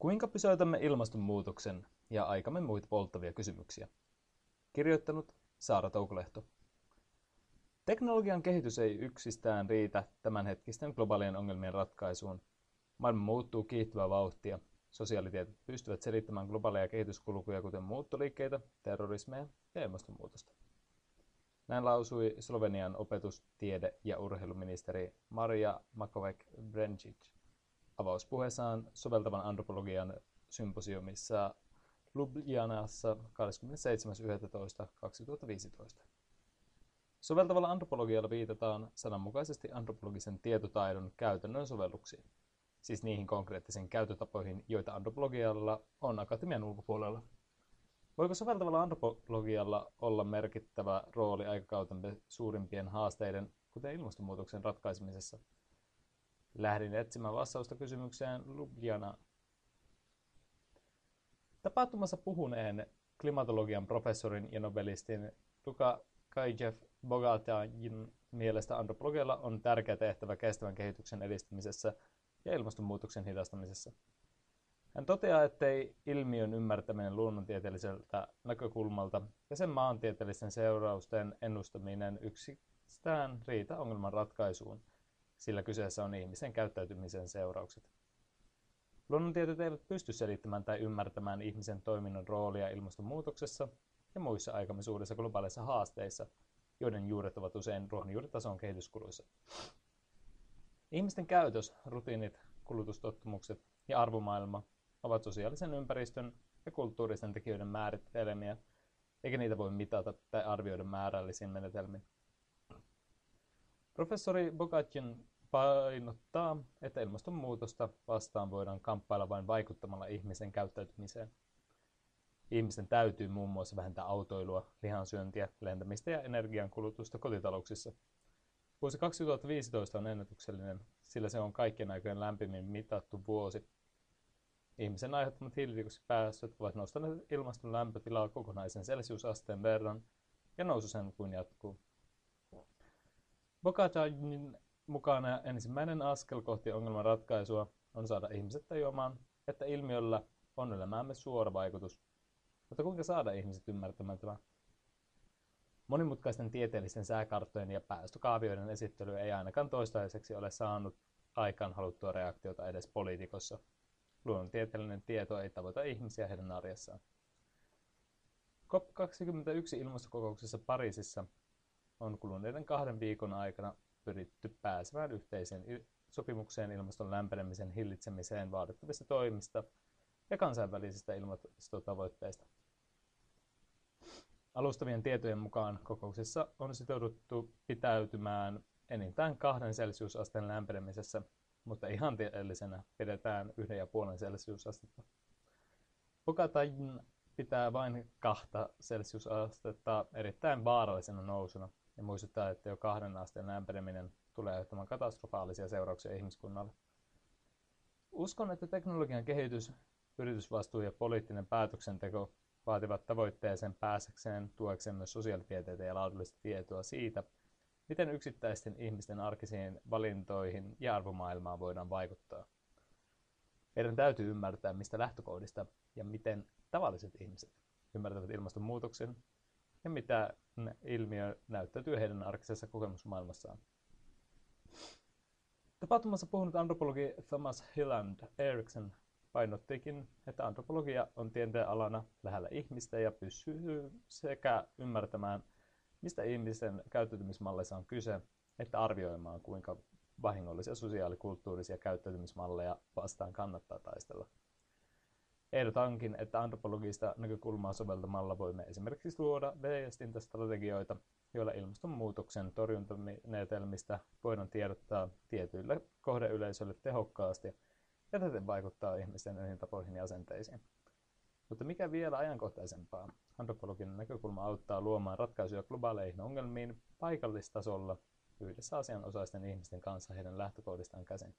Kuinka pysäytämme ilmastonmuutoksen ja aikamme muita polttavia kysymyksiä? Kirjoittanut Saara Toukolehto. Teknologian kehitys ei yksistään riitä tämänhetkisten globaalien ongelmien ratkaisuun. Maailma muuttuu kiihtyvää vauhtia. Sosiaalitieteet pystyvät selittämään globaaleja kehityskulkuja, kuten muuttoliikkeitä, terrorismeja ja ilmastonmuutosta. Näin lausui Slovenian opetus-, tiede- ja urheiluministeri Marija Makovec-Vrencic avauspuheessaan soveltavan antropologian symposiumissa Ljubljanassa 27.11.2015. Soveltavalla antropologialla viitataan sananmukaisesti antropologisen tietotaidon käytännön sovelluksiin, siis niihin konkreettisiin käyttötapoihin, joita antropologialla on akatemian ulkopuolella. Voiko soveltavalla antropologialla olla merkittävä rooli aikakautemme suurimpien haasteiden, kuten ilmastonmuutoksen ratkaisemisessa? Lähdin etsimään vastausta kysymykseen Ljubljanaan. Tapahtumassa puhuneen klimatologian professorin ja nobelistin Luka Kajev-Bogatajin mielestä antropologialla on tärkeä tehtävä kestävän kehityksen edistämisessä ja ilmastonmuutoksen hidastamisessa. Hän toteaa, ettei ilmiön ymmärtäminen luonnontieteelliseltä näkökulmalta ja sen maantieteellisten seurausten ennustaminen yksistään riitä ongelman ratkaisuun, sillä kyseessä on ihmisen käyttäytymisen seuraukset. Luonnontieteet eivät pysty selittämään tai ymmärtämään ihmisen toiminnan roolia ilmastonmuutoksessa ja muissa aikamme suurissa globaaleissa haasteissa, joiden juuret ovat usein ruohonjuuritason kehityskuluissa. Ihmisten käytös, rutiinit, kulutustottumukset ja arvomaailma ovat sosiaalisen ympäristön ja kulttuuristen tekijöiden määrittelemiä, eikä niitä voi mitata tai arvioida määrällisin menetelmin. Professori Bogatin painottaa, että ilmastonmuutosta vastaan voidaan kamppailla vain vaikuttamalla ihmisen käyttäytymiseen. Ihmisten täytyy muun muassa vähentää autoilua, lihansyöntiä, lentämistä ja energiankulutusta kotitalouksissa. Vuosi 2015 on ennätyksellinen, sillä se on kaikkien aikojen lämpimin mitattu vuosi. Ihmisen aiheuttamat hiilidioksidipäästöt ovat nostaneet ilmaston lämpötilaa kokonaisen celsiusasteen verran, ja nousu sen kuin jatkuu. Bogatajin mukana ensimmäinen askel kohti ongelman ratkaisua on saada ihmiset tajuamaan, että ilmiöllä on elämäämme suora vaikutus. Mutta kuinka saada ihmiset ymmärtämään tämä? Monimutkaisten tieteellisten sääkarttojen ja päästökaavioiden esittely ei ainakaan toistaiseksi ole saanut aikaan haluttua reaktiota edes poliitikossa. Luonnontieteellinen tieto ei tavoita ihmisiä heidän arjessaan. COP21 ilmastokokouksessa Pariisissa on kuluneiden 2 viikon aikana pyritty pääsemään yhteiseen sopimukseen ilmaston lämpenemisen hillitsemiseen vaadittavista toimista ja kansainvälisistä ilmastotavoitteista. Alustavien tietojen mukaan kokouksessa on sitouduttu pitäytymään enintään 2 celsiusasteen lämpenemisessä, mutta ihanteellisena pidetään 1,5 celsiusastetta. Bogatajin pitää vain 2 celsiusastetta erittäin vaarallisena nousuna ja muistuttaa, että jo 2 asteen lämpeneminen tulee aiheuttamaan katastrofaalisia seurauksia ihmiskunnalle. Uskon, että teknologian kehitys, yritysvastuu ja poliittinen päätöksenteko vaativat tavoitteeseen pääsekseen tuekseen myös sosiaalitieteitä ja laadullista tietoa siitä, miten yksittäisten ihmisten arkisiin valintoihin ja arvomaailmaan voidaan vaikuttaa. Meidän täytyy ymmärtää, mistä lähtökohdista ja miten tavalliset ihmiset ymmärtävät ilmastonmuutoksen ja mitä ilmiö näyttäytyy heidän arkisessa kokemusmaailmassaan. Tapahtumassa puhunut antropologi Thomas Hyland Erikson painottikin, että antropologia on tieteen alana lähellä ihmistä ja pystyy sekä ymmärtämään, mistä ihmisen käyttäytymismalleissa on kyse, että arvioimaan, kuinka vahingollisia sosiaalikulttuurisia käyttäytymismalleja vastaan kannattaa taistella. Ehdotankin, että antropologista näkökulmaa soveltamalla voimme esimerkiksi luoda viestintästrategioita, joilla ilmastonmuutoksen torjuntamenetelmistä voidaan tiedottaa tietyille kohdeyleisöille tehokkaasti ja täten vaikuttaa ihmisten elintapoihin ja asenteisiin. Mutta mikä vielä ajankohtaisempaa, antropologinen näkökulma auttaa luomaan ratkaisuja globaaleihin ongelmiin paikallistasolla yhdessä asianosaisten ihmisten kanssa heidän lähtökohdistaan käsin.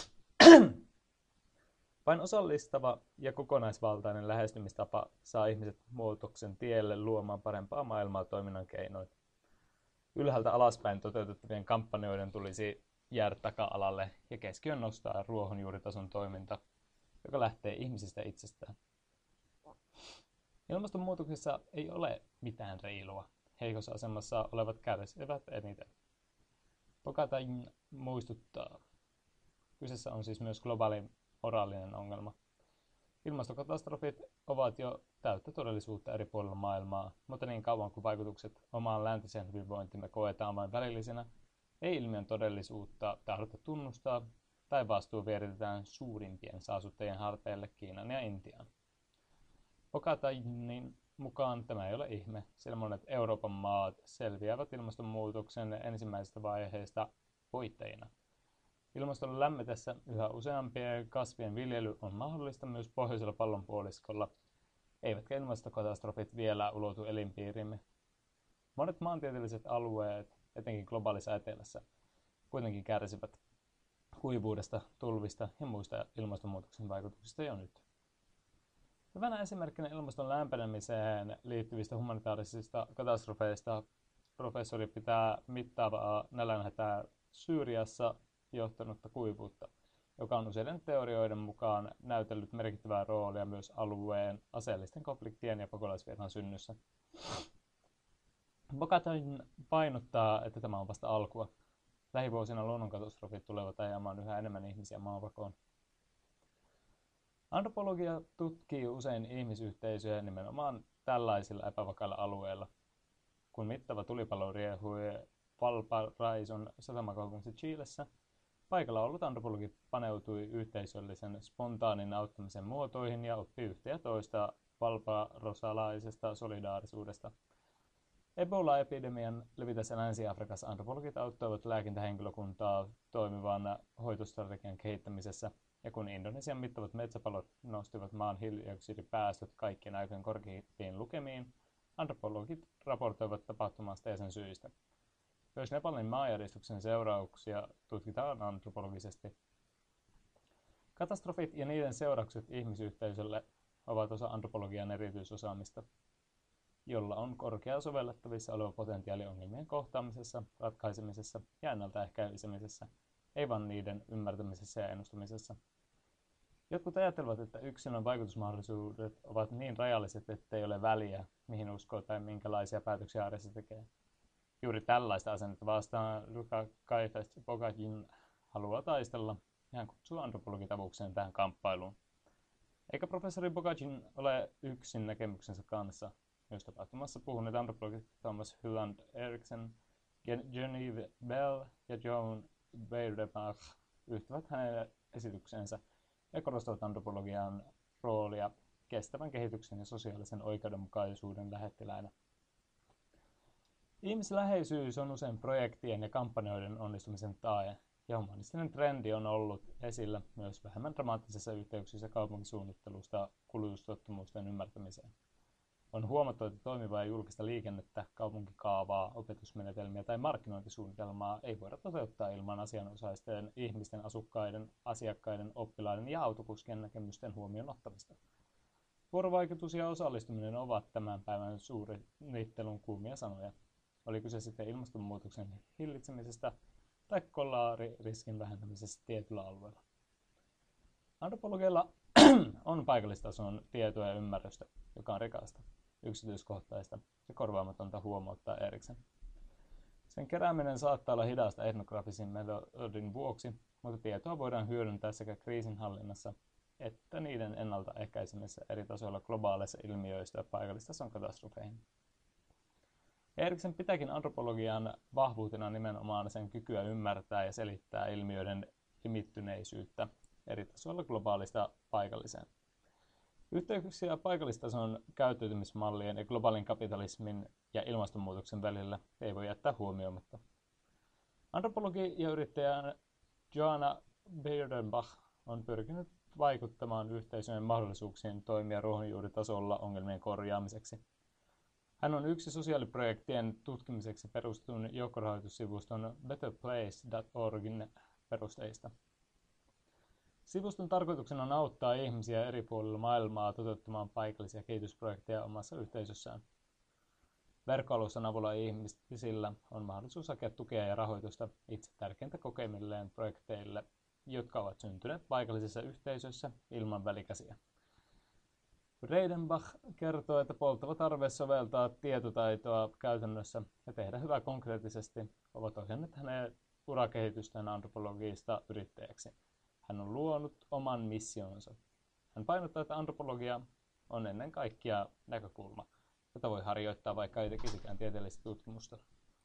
Vain osallistava ja kokonaisvaltainen lähestymistapa saa ihmiset muutoksen tielle luomaan parempaa maailmaa toiminnan keinoin. Ylhäältä alaspäin toteutettavien kampanjoiden tulisi jäädä taka-alalle ja keskiön nostaa ruohonjuuritason toiminta, joka lähtee ihmisistä itsestään. Ilmastonmuutoksessa ei ole mitään reilua. Heikossa asemassa olevat kärsivät eniten. Bogatin muistuttaa. Kyseessä on siis myös globaali moraalinen ongelma. Ilmastokatastrofit ovat jo täyttä todellisuutta eri puolilla maailmaa, mutta niin kauan kuin vaikutukset omaan läntiseen hyvinvointimme koetaan vain välillisenä, ei ilmiön todellisuutta tahdota tunnustaa tai vastuu vieritetään suurimpien saastuttajien harteille Kiinan ja Intian. Bogatinin mukaan tämä ei ole ihme, sillä monet Euroopan maat selviävät ilmastonmuutoksen ensimmäisestä vaiheesta voittajina. Ilmaston lämmetessä yhä useampien kasvien viljely on mahdollista myös pohjoisella pallonpuoliskolla, eivätkä ilmastokatastrofit vielä ulotu elinpiirimme. Monet maantieteelliset alueet, etenkin globaalissa etelässä, kuitenkin kärsivät kuivuudesta, tulvista ja muista ilmastonmuutoksen vaikutuksista jo nyt. Hyvänä esimerkkinä ilmaston lämpenemiseen liittyvistä humanitaarisista katastrofeista professori pitää mittaavaa nälänhätää Syyriassa johtanutta kuivuutta, joka on useiden teorioiden mukaan näytellyt merkittävää roolia myös alueen aseellisten konfliktien ja pakolaisvirran synnyssä. Bogatin painottaa, että tämä on vasta alkua. Lähivuosina luonnonkatastrofit tulevat ajamaan yhä enemmän ihmisiä maanpakoon. Antropologia tutkii usein ihmisyhteisöjä nimenomaan tällaisilla epävakailla alueilla. Kun mittava tulipalo riehui Valparaison satamakaupunki Chilessä, paikalla ollut antropologi paneutui yhteisöllisen spontaanin auttamisen muotoihin ja oppi yhtä ja toista valparosalaisesta solidaarisuudesta. Ebola-epidemian levitessä Länsi-Afrikassa antropologit auttoivat lääkintähenkilökuntaa toimivan hoitostrategian kehittämisessä, ja kun Indonesian mittavat metsäpalot nostivat maan hiilidioksidipäästöt kaikkien aikojen korkeimpiin lukemiin, antropologit raportoivat tapahtumasta ja sen syistä. Myös Nepalin maanjäristyksen seurauksia tutkitaan antropologisesti. Katastrofit ja niiden seuraukset ihmisyhteisölle ovat osa antropologian erityisosaamista, jolla on korkea sovellettavissa oleva potentiaali ongelmien kohtaamisessa, ratkaisemisessa ja ennaltaehkäisemisessä, ei vain niiden ymmärtämisessä ja ennustamisessa. Jotkut ajattelevat, että yksilön vaikutusmahdollisuudet ovat niin rajalliset, ettei ole väliä, mihin uskoo tai minkälaisia päätöksiä arjessa tekee. Juuri tällaista asennetta vastaan Luca Bogatin haluaa taistella, ja hän kutsuu antropologit avukseen tähän kamppailuun. Eikä professori Bogatin ole yksin näkemyksensä kanssa. Myös tapahtumassa puhuneet antropologit Thomas Hyland Eriksen, Genevieve Bell ja Joan Beiderbach yhtyvät hänen esitykseensä ja korostavat antropologian roolia kestävän kehityksen ja sosiaalisen oikeudenmukaisuuden lähettiläinä. Ihmisläheisyys on usein projektien ja kampanjoiden onnistumisen tae, ja humanistinen trendi on ollut esillä myös vähemmän dramaattisissa yhteyksissä kaupunkisuunnittelusta kulutustottumusten ymmärtämiseen. On huomattu, että toimivaa julkista liikennettä, kaupunkikaavaa, opetusmenetelmiä tai markkinointisuunnitelmaa ei voida toteuttaa ilman asianosaisten ihmisten, asukkaiden, asiakkaiden, oppilaiden ja autokuskien näkemysten huomioon ottamista. Vuorovaikutus ja osallistuminen ovat tämän päivän suunnittelun kuumia sanoja. Oli kyse sitten ilmastonmuutoksen hillitsemisestä tai kolaaririskin vähentämisestä tietyllä alueella. Antropologeilla on paikallistason tietoa ja ymmärrystä, joka on rikasta, yksityiskohtaista ja korvaamatonta, huomauttaa Eriksen. Sen kerääminen saattaa olla hidasta etnografisen metodin vuoksi, mutta tietoa voidaan hyödyntää sekä kriisinhallinnassa että niiden ennaltaehkäisemisessä eri tasoilla globaaleissa ilmiöistä ja paikallistason katastrofeihin. Eriksen pitääkin antropologian vahvuutena nimenomaan sen kykyä ymmärtää ja selittää ilmiöiden limittyneisyyttä eri tasoilla globaalista paikalliseen. Yhteyksiä paikallistason käyttäytymismallien ja globaalin kapitalismin ja ilmastonmuutoksen välillä ei voi jättää huomioimatta. Antropologi ja yrittäjä Joanna Beiderbach on pyrkinyt vaikuttamaan yhteisöjen mahdollisuuksiin toimia ruohonjuuritasolla ongelmien korjaamiseksi. Hän on yksi sosiaaliprojektien tutkimiseksi perustetun joukkorahoitussivuston betterplace.orgin perusteista. Sivuston tarkoituksena on auttaa ihmisiä eri puolilla maailmaa toteuttamaan paikallisia kehitysprojekteja omassa yhteisössään. Verkkoalustan avulla ihmisillä on mahdollisuus hakea tukea ja rahoitusta itse tärkeintä kokemilleen projekteille jotka ovat syntyneet paikallisissa yhteisöissä ilman välikäsiä. Breidenbach kertoo, että polttava tarve soveltaa tietotaitoa käytännössä ja tehdä hyvää konkreettisesti ovat ohjanneet hänen urakehitystään antropologista yrittäjäksi. Hän on luonut oman missionsa. Hän painottaa, että antropologia on ennen kaikkea näkökulma, jota voi harjoittaa, vaikka ei tekisikään tieteellistä tutkimusta.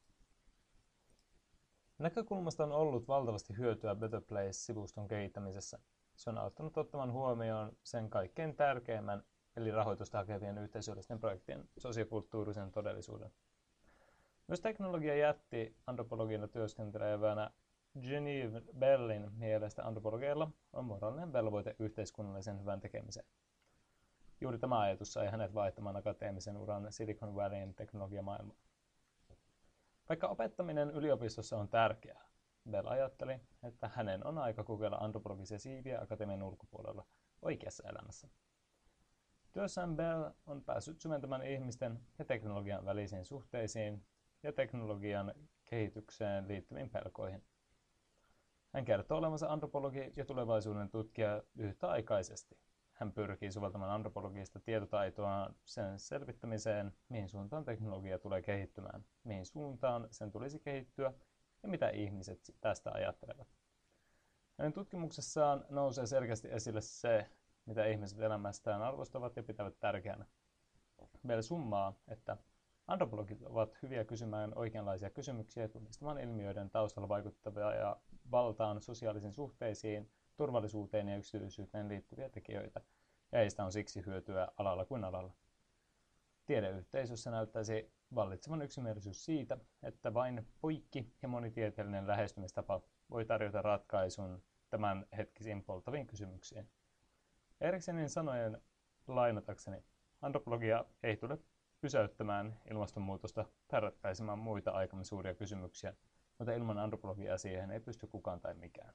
Näkökulmasta on ollut valtavasti hyötyä Better Place-sivuston kehittämisessä. Se on auttanut ottamaan huomioon sen kaikkein tärkeimmän, eli rahoitusta hakevien yhteisöllisten projektien sosiokulttuurisen todellisuuden. Myös teknologia jätti antropologina työskentelevänä Genevieve Bellin mielestä antropologeilla on moraalinen velvoite yhteiskunnallisen hyvän tekemiseen. Juuri tämä ajatus sai hänet vaihtamaan akateemisen uran Silicon Valleyin teknologiamaailmaan. Vaikka opettaminen yliopistossa on tärkeää, Bell ajatteli, että hänen on aika kokeilla antropologisia siiviä akatemian ulkopuolella oikeassa elämässä. Työssään Bell on päässyt syventämään ihmisten ja teknologian välisiin suhteisiin ja teknologian kehitykseen liittyviin pelkoihin. Hän kertoo olevansa antropologi ja tulevaisuuden tutkija yhtäaikaisesti. Hän pyrkii soveltamaan antropologista tietotaitoa sen selvittämiseen, mihin suuntaan teknologia tulee kehittymään, mihin suuntaan sen tulisi kehittyä ja mitä ihmiset tästä ajattelevat. Hänen tutkimuksessaan nousee selkeästi esille se, mitä ihmiset elämästään arvostavat ja pitävät tärkeänä. Bell summaa, että antropologit ovat hyviä kysymään oikeanlaisia kysymyksiä ja tunnistamaan ilmiöiden taustalla vaikuttavia ja valtaan, sosiaalisiin suhteisiin, turvallisuuteen ja yksityisyyteen liittyviä tekijöitä, ja heistä on siksi hyötyä alalla kuin alalla. Tiedeyhteisössä näyttäisi vallitsevan yksimielisyys siitä, että vain poikki- ja monitieteellinen lähestymistapa voi tarjota ratkaisun tämän hetkisiin polttaviin kysymyksiin. Eriksenin sanojen lainatakseni, antropologia ei tule pysäyttämään ilmastonmuutosta tai ratkaisemaan muita aikamme suuria kysymyksiä, mutta ilman antropologiaa siihen ei pysty kukaan tai mikään.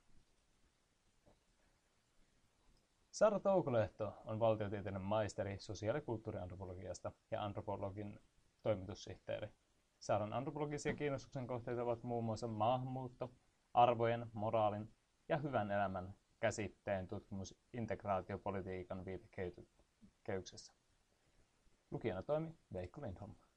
Saara Toukolehto on valtiotieteellinen maisteri sosiaali- ja kulttuuriantropologiasta ja antropologin toimitussihteeri. Saaran antropologisia kiinnostuksen kohteita ovat muun muassa maahanmuutto, arvojen, moraalin ja hyvän elämän käsitteen tutkimus integraatiopolitiikan viitekehyksessä. Lukijana toimi Veikko Lindholm.